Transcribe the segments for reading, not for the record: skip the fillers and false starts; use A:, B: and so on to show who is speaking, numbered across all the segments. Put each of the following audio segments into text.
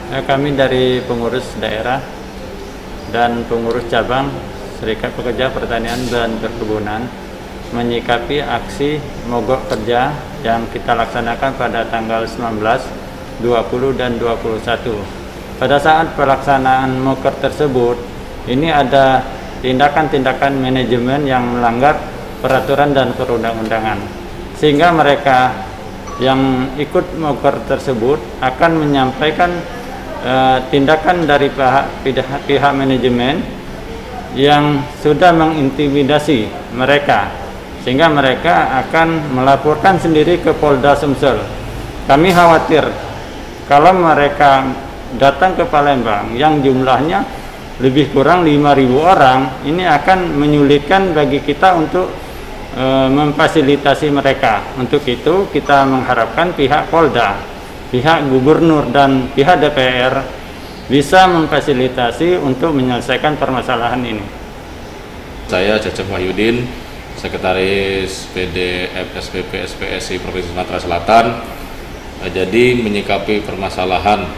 A: Kami dari pengurus daerah dan pengurus cabang Serikat Pekerja Pertanian dan Perkebunan menyikapi aksi mogok kerja yang kita laksanakan pada tanggal 19, 20, dan 21. Pada saat pelaksanaan mogok tersebut, ini ada tindakan-tindakan manajemen yang melanggar peraturan dan perundang-undangan, sehingga mereka yang ikut mogok tersebut akan menyampaikan tindakan dari pihak manajemen yang sudah mengintimidasi mereka, sehingga mereka akan melaporkan sendiri ke Polda Sumsel. Kami khawatir kalau mereka datang ke Palembang yang jumlahnya lebih kurang 5.000 orang, ini akan menyulitkan bagi kita untuk memfasilitasi mereka. Untuk itu kita mengharapkan pihak Polda, pihak Gubernur, dan pihak DPR bisa memfasilitasi untuk menyelesaikan permasalahan ini.
B: Saya Cecep Wahyudin, Sekretaris PD FSPP SPSI Provinsi Sumatera Selatan. Jadi menyikapi permasalahan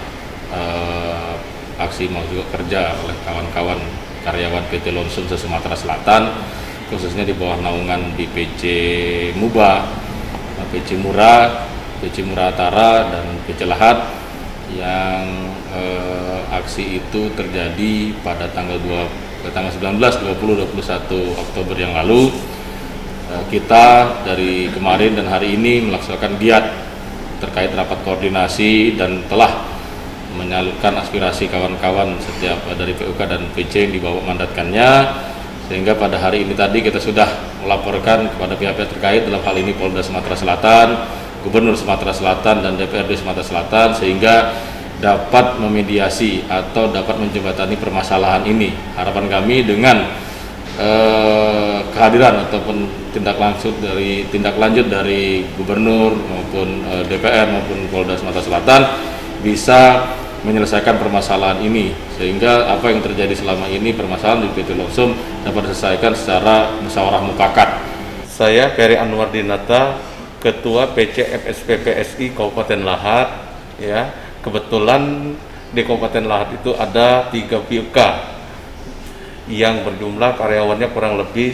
B: aksi mogok kerja oleh kawan-kawan karyawan PT Lonsum se-Sumatera Selatan, khususnya di bawah naungan BPC Muba, PC Mura, PC Muratara, dan PC Lahat, yang aksi itu terjadi pada tanggal 19, 20, 21 Oktober yang lalu. Kita dari kemarin dan hari ini melaksanakan giat terkait rapat koordinasi dan telah menyalurkan aspirasi kawan-kawan setiap dari PUK dan PC yang dibawa mandatkannya, sehingga pada hari ini tadi kita sudah melaporkan kepada pihak-pihak terkait, dalam hal ini Polda Sumatera Selatan, Gubernur Sumatera Selatan, dan DPRD Sumatera Selatan, sehingga dapat memediasi atau dapat menjembatani permasalahan ini. Harapan kami dengan kehadiran ataupun tindak lanjut dari Gubernur maupun DPR maupun Polda Sumatera Selatan bisa menyelesaikan permasalahan ini, sehingga apa yang terjadi selama ini permasalahan di PT Lonsum dapat diselesaikan secara musyawarah mufakat.
C: Saya Ferry Anwar Dinata, Ketua PC FSPPSI Kabupaten Lahat. Ya, kebetulan di Kabupaten Lahat itu ada 3 PUK yang berjumlah karyawannya kurang lebih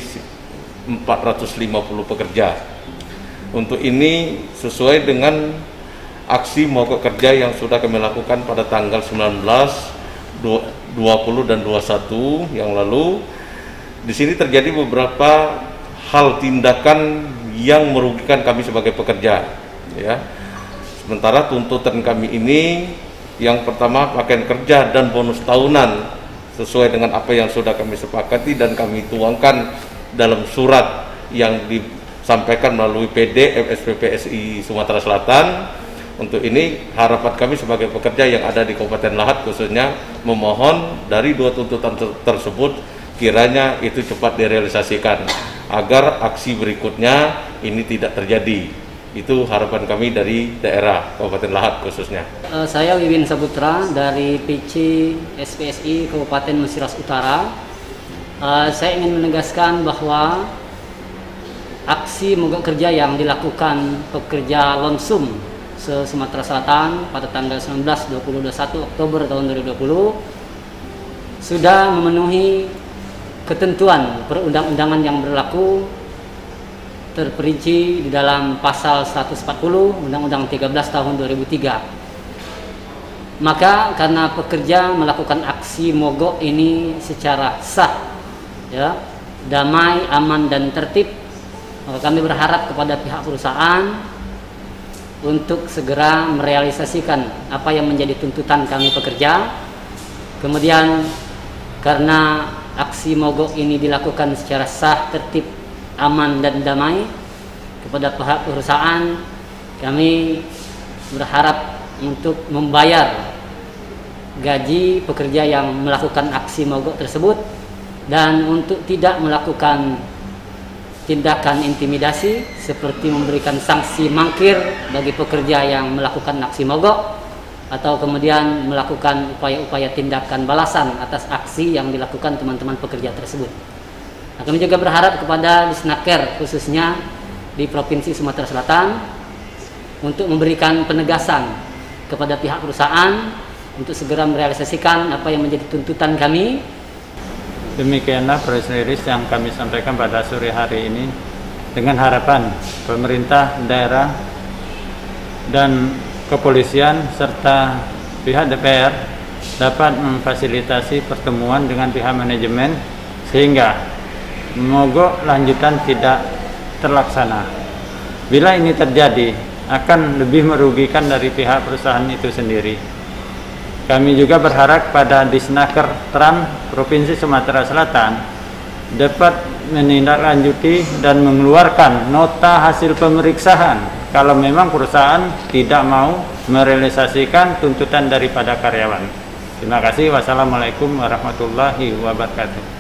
C: 450 pekerja. Untuk ini sesuai dengan aksi mogok kerja yang sudah kami lakukan pada tanggal 19, 20, dan 21 yang lalu. Di sini terjadi beberapa hal tindakan yang merugikan kami sebagai pekerja. Ya. Sementara tuntutan kami ini, yang pertama pakaian kerja dan bonus tahunan sesuai dengan apa yang sudah kami sepakati dan kami tuangkan dalam surat yang disampaikan melalui PD FSPPSI Sumatera Selatan. Untuk ini harapan kami sebagai pekerja yang ada di Kabupaten Lahat khususnya memohon dari 2 tuntutan tersebut kiranya itu cepat direalisasikan agar aksi berikutnya ini tidak terjadi. Itu harapan kami dari daerah Kabupaten Lahat khususnya.
D: Saya Wiwin Saputra dari PC SPSI Kabupaten Mesiras Utara. Saya ingin menegaskan bahwa aksi mogok kerja yang dilakukan pekerja Lonsum se-Sumatera Selatan pada tanggal 19, 20, 21 Oktober tahun 2020 sudah memenuhi ketentuan perundang-undangan yang berlaku, terperinci di dalam pasal 140 Undang-Undang 13 tahun 2003. Maka karena pekerja melakukan aksi mogok ini secara sah, ya, damai, aman, dan tertib, maka kami berharap kepada pihak perusahaan untuk segera merealisasikan apa yang menjadi tuntutan kami pekerja. Kemudian karena aksi mogok ini dilakukan secara sah, tertib, aman, dan damai, kepada pihak perusahaan kami berharap untuk membayar gaji pekerja yang melakukan aksi mogok tersebut, dan untuk tidak melakukan tindakan intimidasi seperti memberikan sanksi mangkir bagi pekerja yang melakukan aksi mogok, atau kemudian melakukan upaya-upaya tindakan balasan atas aksi yang dilakukan teman-teman pekerja tersebut. Nah, kami juga berharap kepada Disnaker khususnya di Provinsi Sumatera Selatan untuk memberikan penegasan kepada pihak perusahaan untuk segera merealisasikan apa yang menjadi tuntutan kami.
A: Demikianlah press release yang kami sampaikan pada sore hari ini, dengan harapan pemerintah daerah dan kepolisian serta pihak DPR dapat memfasilitasi pertemuan dengan pihak manajemen sehingga mogok lanjutan tidak terlaksana. Bila ini terjadi, akan lebih merugikan dari pihak perusahaan itu sendiri. Kami juga berharap pada Disnaker Tran Provinsi Sumatera Selatan dapat menindaklanjuti dan mengeluarkan nota hasil pemeriksaan kalau memang perusahaan tidak mau merealisasikan tuntutan daripada karyawan. Terima kasih. Wassalamualaikum warahmatullahi wabarakatuh.